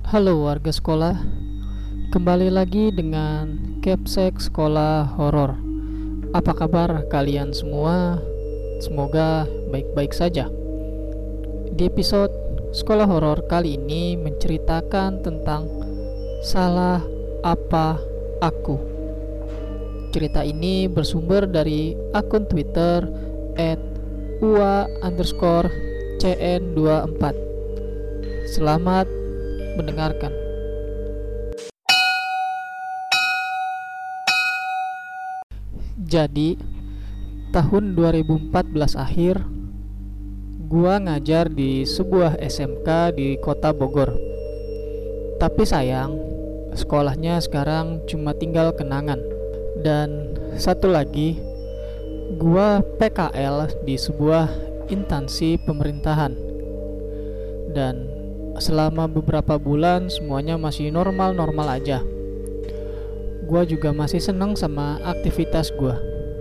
Halo warga sekolah, kembali lagi dengan Capsek Sekolah Horor. Apa kabar kalian semua? Semoga baik-baik saja. Di episode Sekolah Horor kali ini menceritakan tentang Salah Apa Aku. Cerita ini bersumber dari akun Twitter @ua_cn24. Selamat mendengarkan. Jadi, tahun 2014 akhir, gua ngajar di sebuah SMK di kota Bogor. Tapi sayang, sekolahnya sekarang cuma tinggal kenangan. Dan satu lagi, gua PKL di sebuah instansi pemerintahan. Dan selama beberapa bulan semuanya masih normal-normal aja. Gua juga masih seneng sama aktivitas gua.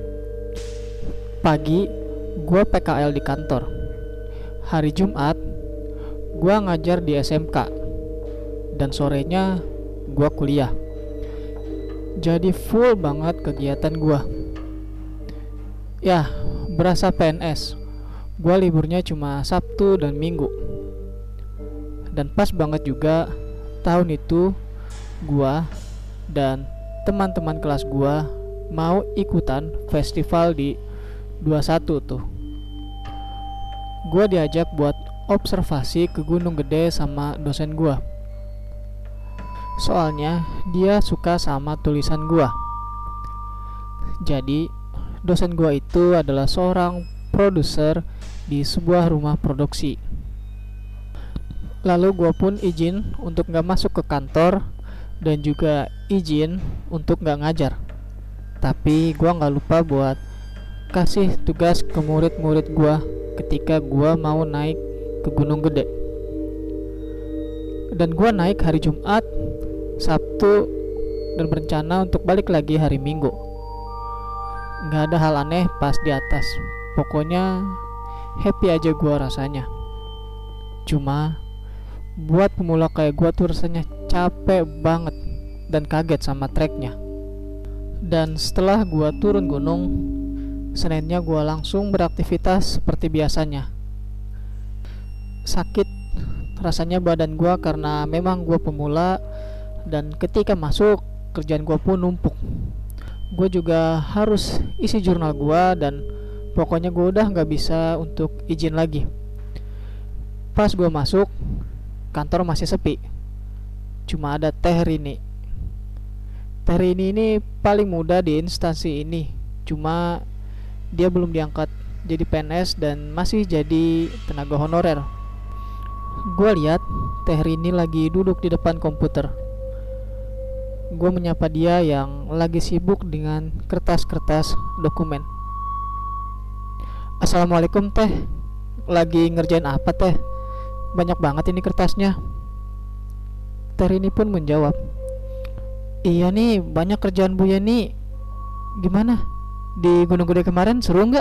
Pagi, gua PKL di kantor. Hari Jumat, gua ngajar di SMK. Dan sorenya, gua kuliah. Jadi full banget kegiatan gua. Ya, berasa PNS. Gua liburnya cuma Sabtu dan Minggu. Dan pas banget juga tahun itu gua dan teman-teman kelas gua mau ikutan festival di 21 tuh. Gua diajak buat observasi ke Gunung Gede sama dosen gua. Soalnya dia suka sama tulisan gua. Jadi dosen gua itu adalah seorang produser di sebuah rumah produksi. Lalu gua pun izin untuk gak masuk ke kantor dan juga izin untuk gak ngajar. Tapi gua gak lupa buat kasih tugas ke murid-murid gua ketika gua mau naik ke Gunung Gede. Dan gua naik hari Jumat, Sabtu, dan berencana untuk balik lagi hari Minggu. Gak ada hal aneh pas di atas. Pokoknya happy aja gua rasanya. Cuma buat pemula kayak gua tuh rasanya capek banget dan kaget sama treknya. Dan setelah gua turun gunung, Seninnya gua langsung beraktivitas seperti biasanya. Sakit rasanya badan gua karena memang gua pemula, dan ketika masuk kerjaan gua pun numpuk. Gua juga harus isi jurnal gua dan pokoknya gua udah gak bisa untuk izin lagi. Pas gua masuk, kantor masih sepi. Cuma ada Teh Rini. Teh Rini ini paling muda di instansi ini. Cuma dia belum diangkat jadi PNS dan masih jadi tenaga honorer. Gue lihat Teh Rini lagi duduk di depan komputer. Gue menyapa dia yang lagi sibuk dengan kertas-kertas dokumen. Assalamualaikum Teh. Lagi ngerjain apa Teh? Banyak banget ini kertasnya. Teh Rini pun menjawab, iya nih banyak kerjaan Bu Yeni. Gimana? Di Gunung Gede kemarin seru nggak?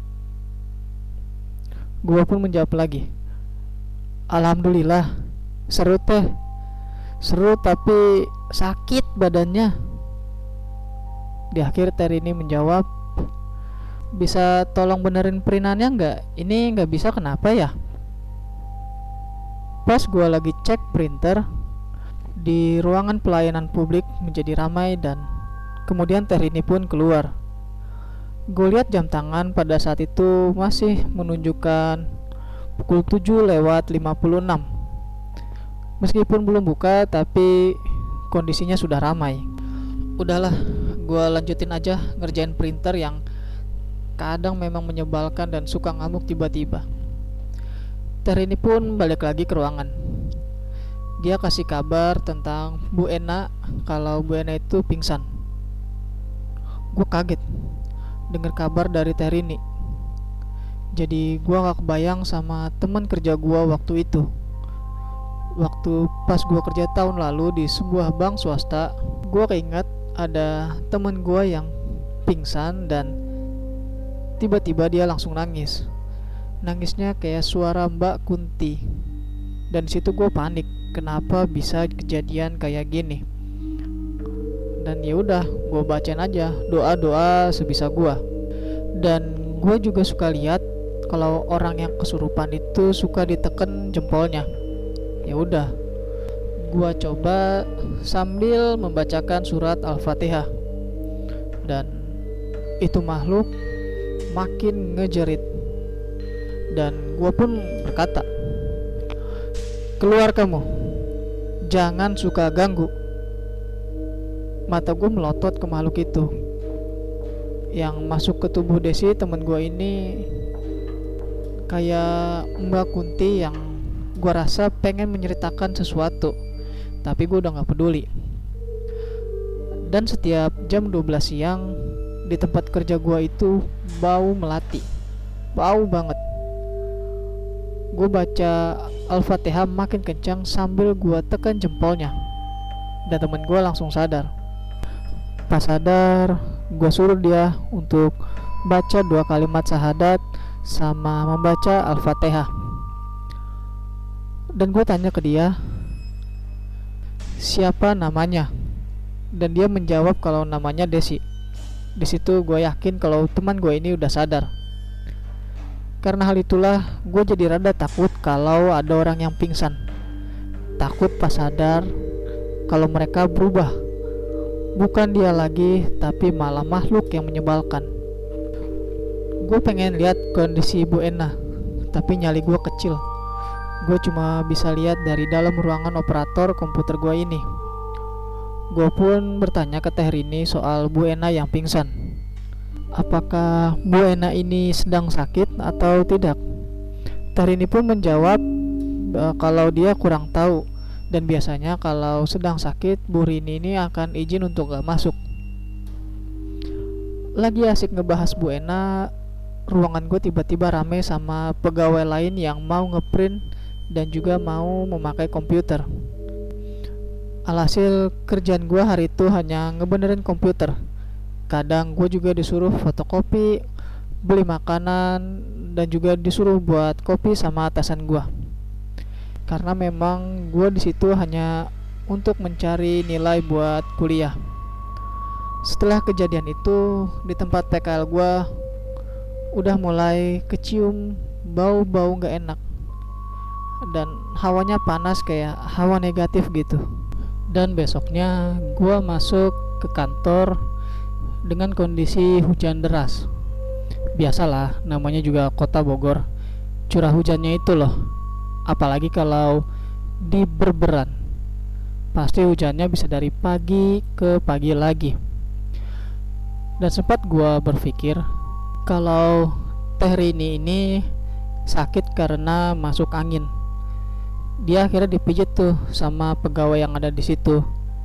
Gua pun menjawab lagi, Alhamdulillah seru Teh. Seru tapi sakit badannya. Di akhir Teh Rini menjawab, bisa tolong benerin perintannya nggak? Ini nggak bisa kenapa ya? Pas gua lagi cek printer, di ruangan pelayanan publik menjadi ramai dan kemudian Teh Rini pun keluar. Gue lihat jam tangan pada saat itu masih menunjukkan pukul 7:56. Meskipun belum buka, tapi kondisinya sudah ramai. Udahlah, gue lanjutin aja ngerjain printer yang kadang memang menyebalkan dan suka ngamuk tiba-tiba. Teh Rini pun balik lagi ke ruangan. Dia kasih kabar tentang Bu Ena kalau Bu Ena itu pingsan. Gue kaget dengar kabar dari Teh Rini. Jadi gue gak kebayang sama teman kerja gue waktu itu. Waktu pas gue kerja tahun lalu di sebuah bank swasta, gue keinget ada temen gue yang pingsan dan tiba-tiba dia langsung nangis. Nangisnya kayak suara Mbak Kunti. Dan disitu gue panik, kenapa bisa kejadian kayak gini. Dan ya udah, gue bacain aja doa-doa sebisa gue. Dan gue juga suka lihat kalau orang yang kesurupan itu suka diteken jempolnya. Ya udah, gue coba sambil membacakan surat Al-Fatihah. Dan itu makhluk makin ngejerit. Dan gue pun berkata, "Keluar kamu, jangan suka ganggu." Mata gue melotot ke makhluk itu yang masuk ke tubuh Desi, temen gue ini. Kayak Mbak Kunti yang gue rasa pengen menceritakan sesuatu, tapi gue udah gak peduli. Dan setiap jam 12 siang di tempat kerja gue itu bau melati, bau banget. Gue baca Al-Fatihah makin kencang sambil gue tekan jempolnya, dan temen gue langsung sadar. Pas sadar, gue suruh dia untuk baca 2 kalimat syahadat sama membaca Al-Fatihah. Dan gue tanya ke dia, siapa namanya? Dan dia menjawab kalau namanya Desi. Di situ gue yakin kalau teman gue ini udah sadar. Karena hal itulah gue jadi rada takut kalau ada orang yang pingsan. Takut pas sadar kalau mereka berubah, bukan dia lagi, tapi malah makhluk yang menyebalkan. Gue pengen lihat kondisi Ibu Ena, tapi nyali gue kecil. Gue cuma bisa lihat dari dalam ruangan operator komputer gue ini. Gue pun bertanya ke Teh Rini soal Bu Ena yang pingsan. Apakah Bu Ena ini sedang sakit atau tidak? Teh Rini pun menjawab kalau dia kurang tahu. Dan biasanya kalau sedang sakit, Bu Rini ini akan izin untuk gak masuk. Lagi asik ngebahas Bu Ena, ruangan gue tiba-tiba rame sama pegawai lain yang mau ngeprint dan juga mau memakai komputer. Alhasil kerjaan gue hari itu hanya ngebenerin komputer. Kadang gue juga disuruh fotokopi, beli makanan, dan juga disuruh buat kopi sama atasan gue. Karena memang gue di situ hanya untuk mencari nilai buat kuliah. Setelah kejadian itu, di tempat PKL gue udah mulai kecium bau-bau gak enak, dan hawanya panas kayak hawa negatif gitu. Dan besoknya gue masuk ke kantor dengan kondisi hujan deras. Biasalah, namanya juga kota Bogor, curah hujannya itu loh. Apalagi kalau di Berberan, pasti hujannya bisa dari pagi ke pagi lagi. Dan sempat gue berpikir kalau Teh Rini ini sakit karena masuk angin. Dia akhirnya dipijit tuh sama pegawai yang ada di situ.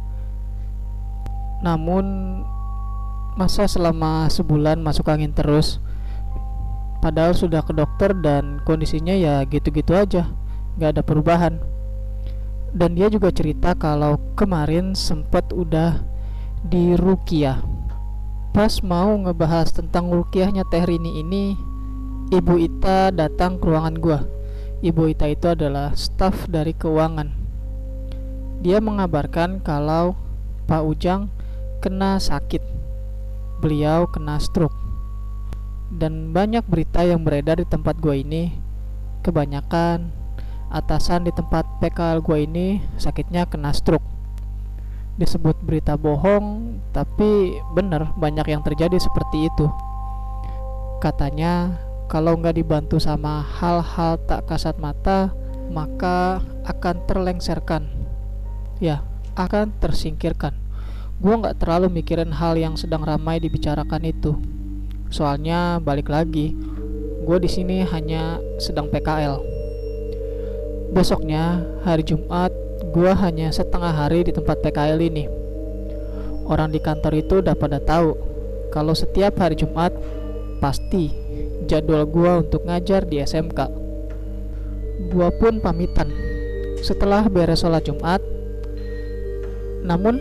Namun masa selama sebulan masuk angin terus, padahal sudah ke dokter dan kondisinya ya gitu-gitu aja, gak ada perubahan. Dan dia juga cerita kalau kemarin sempat udah di ruqyah. Pas mau ngebahas tentang ruqyahnya Teh Rini ini, Ibu Ita datang ke ruangan gua. Ibu Ita itu adalah staf dari keuangan. Dia mengabarkan kalau Pak Ujang kena sakit. Beliau kena stroke. Dan banyak berita yang beredar di tempat gua ini. Kebanyakan atasan di tempat PKL gua ini sakitnya kena stroke. Disebut berita bohong, tapi bener, banyak yang terjadi seperti itu. Katanya kalau nggak dibantu sama hal-hal tak kasat mata, maka akan terlengserkan, ya, akan tersingkirkan. Gue nggak terlalu mikirin hal yang sedang ramai dibicarakan itu. Soalnya balik lagi, gue di sini hanya sedang PKL. Besoknya hari Jumat, gue hanya setengah hari di tempat PKL ini. Orang di kantor itu udah pada tahu kalau setiap hari Jumat pasti jadwal gua untuk ngajar di SMK. Gua pun pamitan setelah beres sholat Jumat. Namun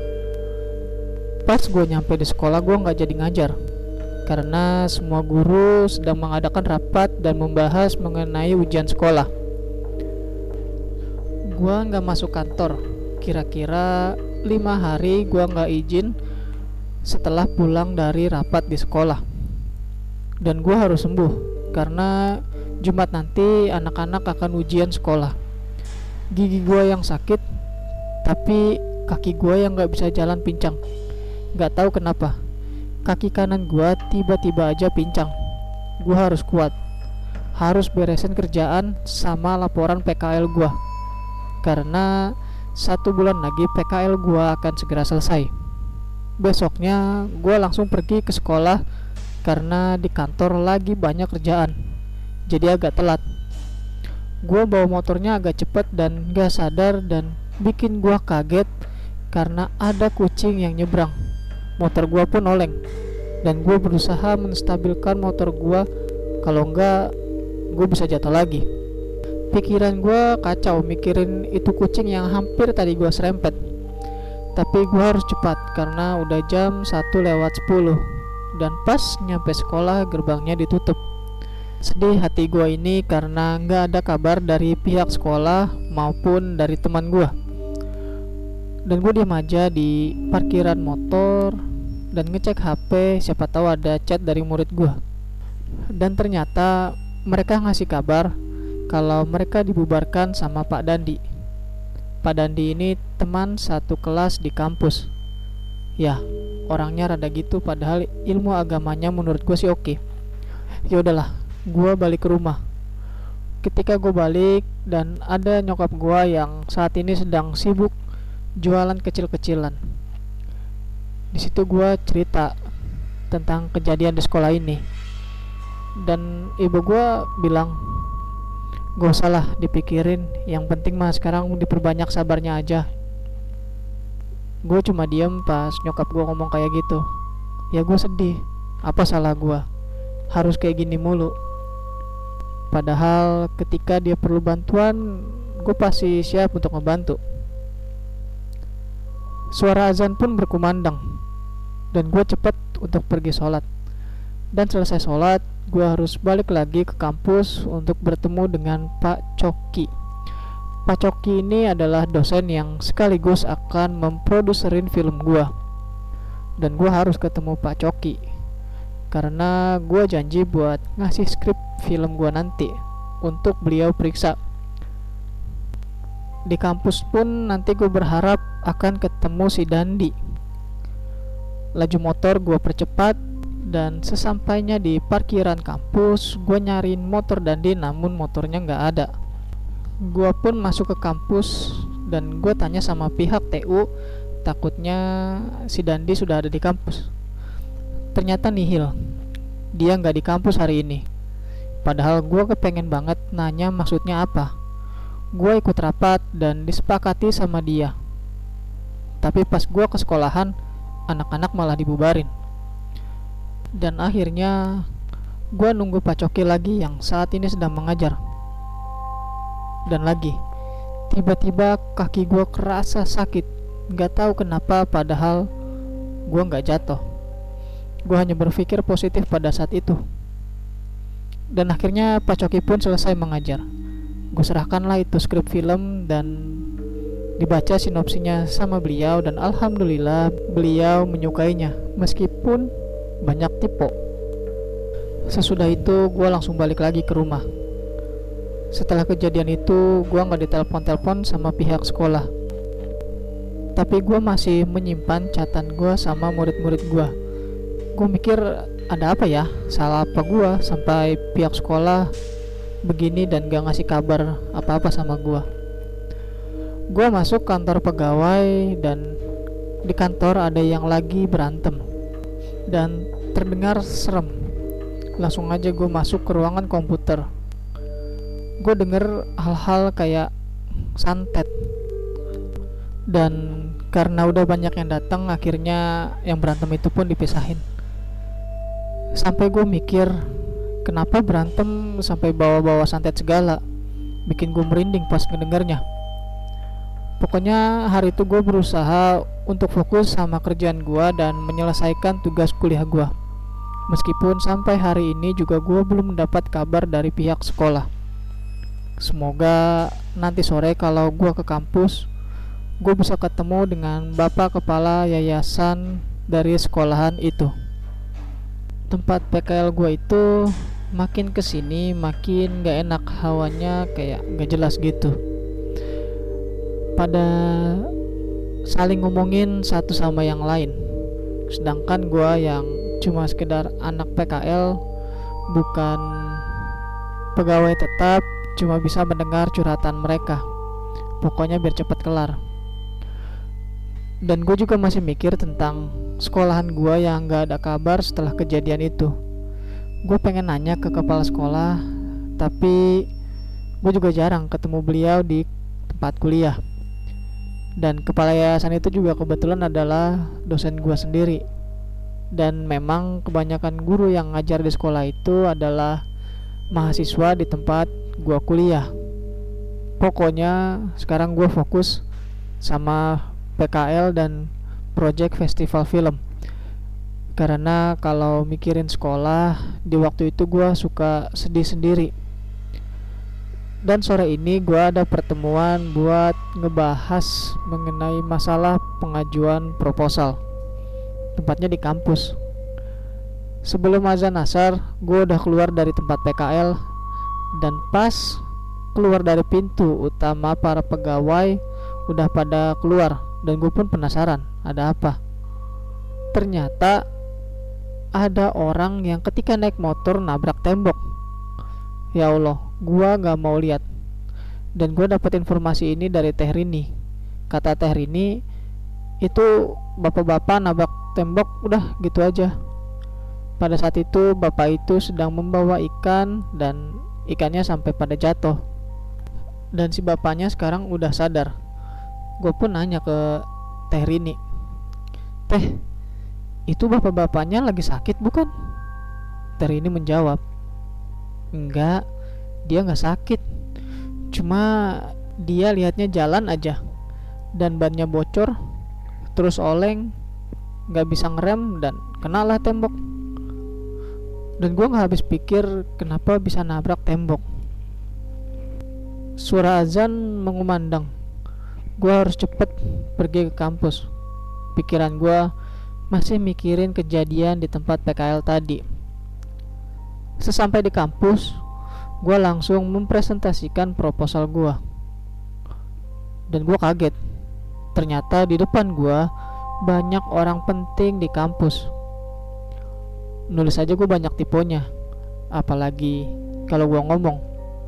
pas gua nyampe di sekolah, gua nggak jadi ngajar karena semua guru sedang mengadakan rapat dan membahas mengenai ujian sekolah. Gua nggak masuk kantor. Kira-kira 5 hari gua nggak izin setelah pulang dari rapat di sekolah. Dan gua harus sembuh karena Jumat nanti anak-anak akan ujian sekolah. Gigi gua yang sakit, tapi kaki gua yang nggak bisa jalan pincang. Nggak tahu kenapa. Kaki kanan gua tiba-tiba aja pincang. Gua harus kuat. Harus beresin kerjaan sama laporan PKL gua. Karena 1 bulan lagi PKL gua akan segera selesai. Besoknya gua langsung pergi ke sekolah karena di kantor lagi banyak kerjaan. Jadi agak telat. Gua bawa motornya agak cepat dan gak sadar, dan bikin gua kaget karena ada kucing yang nyebrang. Motor gua pun oleng dan gua berusaha menstabilkan motor gua, kalau enggak gua bisa jatuh lagi. Pikiran gua kacau mikirin itu kucing yang hampir tadi gua serempet. Tapi gua harus cepat karena udah jam 1:10 dan pas nyampe sekolah gerbangnya ditutup. Sedih hati gua ini karena nggak ada kabar dari pihak sekolah maupun dari teman gua. Dan gue diam aja di parkiran motor dan ngecek HP, siapa tahu ada chat dari murid gue. Dan ternyata mereka ngasih kabar kalau mereka dibubarkan sama Pak Dandi. Pak Dandi ini teman satu kelas di kampus. Ya, orangnya rada gitu, padahal ilmu agamanya menurut gue sih oke. Ya udahlah, gue balik ke rumah. Ketika gue balik dan ada nyokap gue yang saat ini sedang sibuk jualan kecil-kecilan. Di situ gue cerita tentang kejadian di sekolah ini, dan ibu gue bilang, gak usah lah dipikirin, yang penting mah sekarang diperbanyak sabarnya aja. Gue cuma diem pas nyokap gue ngomong kayak gitu. Ya gue sedih, apa salah gue harus kayak gini mulu. Padahal ketika dia perlu bantuan, gue pasti siap untuk ngebantu. Suara azan pun berkumandang dan gue cepet untuk pergi sholat. Dan selesai sholat, gue harus balik lagi ke kampus untuk bertemu dengan Pak Coki. Pak Coki ini adalah dosen yang sekaligus akan memproduserin film gue. Dan gue harus ketemu Pak Coki karena gue janji buat ngasih skrip film gue nanti untuk beliau periksa. Di kampus pun nanti gue berharap akan ketemu si Dandi. Laju motor gue percepat, dan sesampainya di parkiran kampus gue nyariin motor Dandi, namun motornya gak ada. Gue pun masuk ke kampus dan gue tanya sama pihak TU, takutnya si Dandi sudah ada di kampus. Ternyata nihil, dia gak di kampus hari ini. Padahal gue kepengen banget nanya maksudnya apa. Gue ikut rapat dan disepakati sama dia. Tapi pas gue ke sekolahan, anak-anak malah dibubarin. Dan akhirnya gue nunggu Pak Coki lagi yang saat ini sedang mengajar. Dan lagi, tiba-tiba kaki gue kerasa sakit. Gak tahu kenapa, padahal gue gak jatuh. Gue hanya berpikir positif pada saat itu. Dan akhirnya Pak Coki pun selesai mengajar. Gue serahkanlah itu skrip film dan dibaca sinopsinya sama beliau, dan alhamdulillah beliau menyukainya meskipun banyak tipe. Sesudah itu gue langsung balik lagi ke rumah. Setelah kejadian itu gue gak ditelepon-telepon sama pihak sekolah, tapi gue masih menyimpan catatan gue sama murid-murid gue. Gue mikir, ada apa ya, salah apa gue sampai pihak sekolah begini dan gak ngasih kabar apa-apa sama gue. Gue masuk kantor pegawai dan di kantor ada yang lagi berantem dan terdengar serem. Langsung aja gue masuk ke ruangan komputer. Gue denger hal-hal kayak santet. Dan karena udah banyak yang datang, akhirnya yang berantem itu pun dipisahin. Sampai gue mikir, kenapa berantem sampai bawa-bawa santet segala? Bikin gue merinding pas ngedengarnya. Pokoknya hari itu gue berusaha untuk fokus sama kerjaan gue dan menyelesaikan tugas kuliah gue. Meskipun sampai hari ini juga gue belum mendapat kabar dari pihak sekolah. Semoga nanti sore kalau gue ke kampus, gue bisa ketemu dengan bapak kepala yayasan dari sekolahan itu. Tempat PKL gue itu makin kesini makin gak enak, hawanya kayak gak jelas gitu. Pada saling ngomongin satu sama yang lain, sedangkan gue yang cuma sekedar anak PKL, bukan pegawai tetap, cuma bisa mendengar curhatan mereka. Pokoknya biar cepat kelar. Dan gue juga masih mikir tentang sekolahan gue yang gak ada kabar setelah kejadian itu. Gue pengen nanya ke kepala sekolah, tapi gue juga jarang ketemu beliau di tempat kuliah. Dan kepala yayasan itu juga kebetulan adalah dosen gue sendiri. Dan memang kebanyakan guru yang ngajar di sekolah itu adalah mahasiswa di tempat gue kuliah. Pokoknya sekarang gue fokus sama PKL dan project festival film. Karena kalau mikirin sekolah, di waktu itu gue suka sedih sendiri. Dan sore ini gue ada pertemuan buat ngebahas mengenai masalah pengajuan proposal. Tempatnya di kampus. Sebelum azan asar, gue udah keluar dari tempat PKL. Dan pas keluar dari pintu utama, para pegawai udah pada keluar. Dan gue pun penasaran, ada apa? Ternyata ada orang yang ketika naik motor nabrak tembok. Ya Allah, gua gak mau lihat. Dan gua dapat informasi ini dari Teh Rini. Kata Teh Rini, itu bapak-bapak nabrak tembok, udah gitu aja. Pada saat itu bapak itu sedang membawa ikan dan ikannya sampai pada jatuh. Dan si bapaknya sekarang udah sadar. Gue pun nanya ke Teh Rini, Teh, itu bapak-bapaknya lagi sakit bukan? Teh Rini menjawab, enggak, dia gak sakit. Cuma dia lihatnya jalan aja dan bannya bocor, terus oleng, gak bisa ngerem dan kenalah tembok. Dan gue gak habis pikir kenapa bisa nabrak tembok. Suara azan mengumandang. Gue harus cepet pergi ke kampus. Pikiran gue masih mikirin kejadian di tempat PKL tadi. Sesampai di kampus, gue langsung mempresentasikan proposal gue. Dan gue kaget. Ternyata di depan gue banyak orang penting di kampus. Nulis aja gue banyak tiponya, apalagi kalau gue ngomong.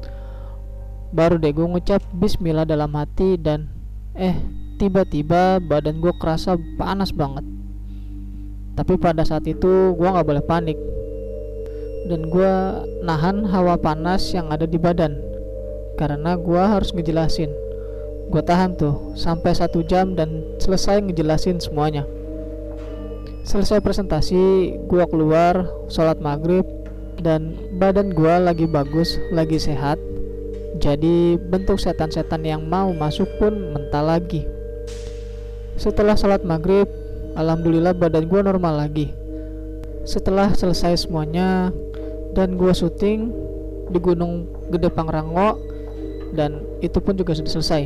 Baru deh gue ngucap bismillah dalam hati dan tiba-tiba badan gue kerasa panas banget. Tapi pada saat itu gue gak boleh panik. Dan gue nahan hawa panas yang ada di badan, karena gue harus ngejelasin. Gue tahan tuh sampai 1 jam dan selesai ngejelasin semuanya. Selesai presentasi, gue keluar, sholat maghrib, dan badan gue lagi bagus, lagi sehat. Jadi bentuk setan-setan yang mau masuk pun mental lagi. Setelah sholat maghrib, alhamdulillah badan gue normal lagi. Setelah selesai semuanya, dan gue syuting di Gunung Gede Pangrango, dan itu pun juga sudah selesai.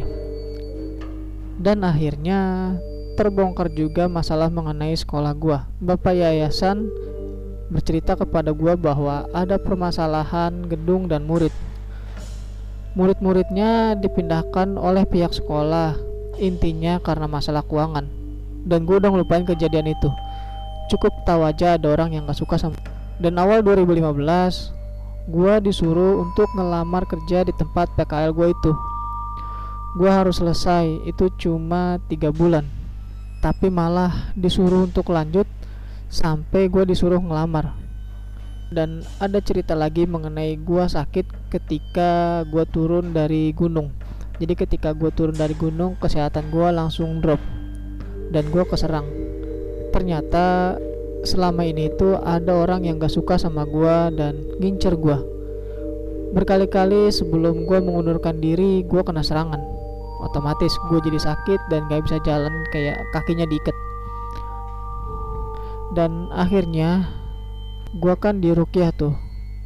Dan akhirnya terbongkar juga masalah mengenai sekolah gua. Bapak yayasan bercerita kepada gua bahwa ada permasalahan gedung dan murid. Murid-muridnya dipindahkan oleh pihak sekolah, intinya karena masalah keuangan. Dan gua udah ngelupain kejadian itu. Cukup tahu aja ada orang yang gak suka sama. Dan awal 2015 gua disuruh untuk ngelamar kerja di tempat PKL gua itu. Gua harus selesai, itu cuma 3 bulan. Tapi malah disuruh untuk lanjut sampai gue disuruh ngelamar. Dan ada cerita lagi mengenai gue sakit ketika gue turun dari gunung. Jadi ketika gue turun dari gunung, kesehatan gue langsung drop dan gue keserang. Ternyata selama ini itu ada orang yang gak suka sama gue dan ngincer gue. Berkali-kali sebelum gue mengundurkan diri, gue kena serangan. Otomatis gue jadi sakit dan gak bisa jalan, kayak kakinya diikat. Dan akhirnya gue kan diruqyah tuh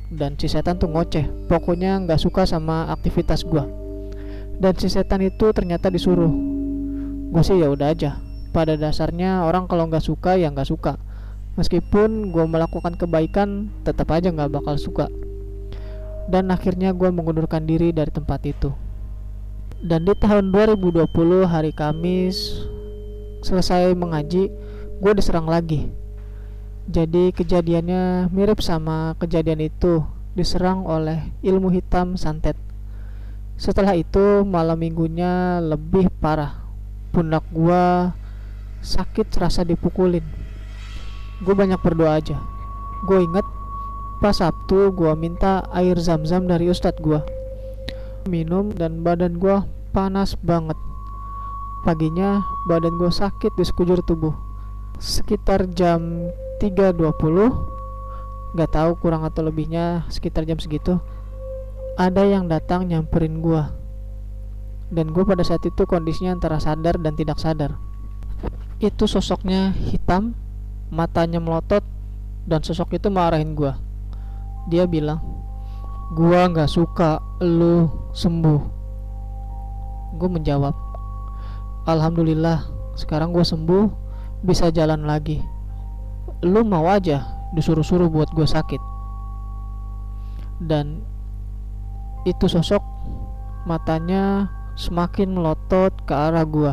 dan si setan tuh ngoceh, pokoknya nggak suka sama aktivitas gue. Dan si setan itu ternyata disuruh. Gue sih ya udah aja. Pada dasarnya orang kalau nggak suka ya nggak suka. Meskipun gue melakukan kebaikan, tetap aja nggak bakal suka. Dan akhirnya gue mengundurkan diri dari tempat itu. Dan di tahun 2020 hari Kamis, selesai mengaji, gue diserang lagi. Jadi kejadiannya mirip sama kejadian itu, diserang oleh ilmu hitam santet. Setelah itu malam minggunya lebih parah. Pundak gue sakit, serasa dipukulin. Gue banyak berdoa aja. Gue inget pas Sabtu gue minta air zam-zam dari ustadz gue, minum dan badan gue panas banget. Paginya badan gue sakit di sekujur tubuh. Sekitar jam 3.20, gak tahu kurang atau lebihnya sekitar jam segitu, ada yang datang nyamperin gue. Dan gue pada saat itu kondisinya antara sadar dan tidak sadar. Itu sosoknya hitam, matanya melotot, dan sosok itu marahin gue. Dia bilang, "Gua gak suka lu sembuh." Gue menjawab, "Alhamdulillah, sekarang gue sembuh, bisa jalan lagi. Lu mau aja disuruh-suruh buat gue sakit." Dan itu sosok matanya semakin melotot ke arah gue.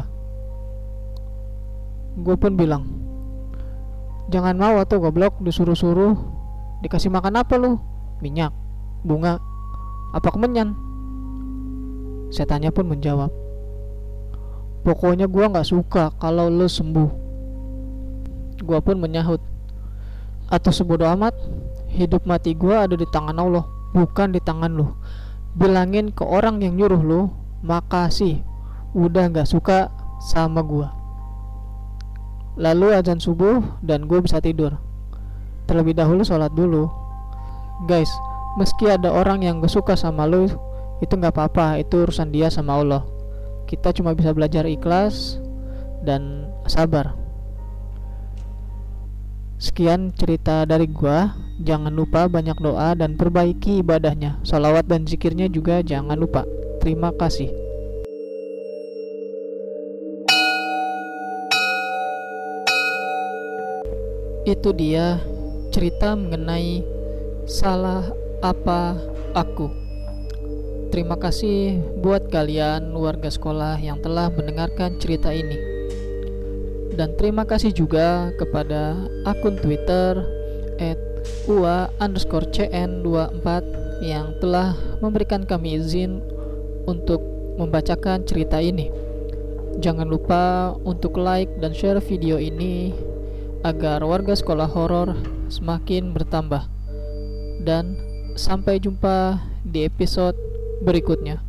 Gue pun bilang, "Jangan mau atuh goblok, disuruh-suruh. Dikasih makan apa lu? Minyak? Bunga? Apa kemenyan?" Setannya pun menjawab, "Pokoknya gua gak suka kalau lu sembuh." Gua pun menyahut, "Atau sebodoh amat, hidup mati gua ada di tangan Allah, bukan di tangan lu. Bilangin ke orang yang nyuruh lu, makasih udah gak suka sama gua." Lalu azan subuh dan gue bisa tidur. Terlebih dahulu sholat dulu. Guys, meski ada orang yang gak suka sama lu, itu gak apa-apa, itu urusan dia sama Allah. Kita cuma bisa belajar ikhlas dan sabar. Sekian cerita dari gua. Jangan lupa banyak doa dan perbaiki ibadahnya. Sholawat dan zikirnya juga jangan lupa. Terima kasih. Itu dia cerita mengenai salah apa aku. Terima kasih buat kalian warga sekolah yang telah mendengarkan cerita ini. Dan terima kasih juga kepada akun Twitter @ua_cn24 yang telah memberikan kami izin untuk membacakan cerita ini. Jangan lupa untuk like dan share video ini agar warga sekolah horor semakin bertambah. Dan sampai jumpa di episode berikutnya.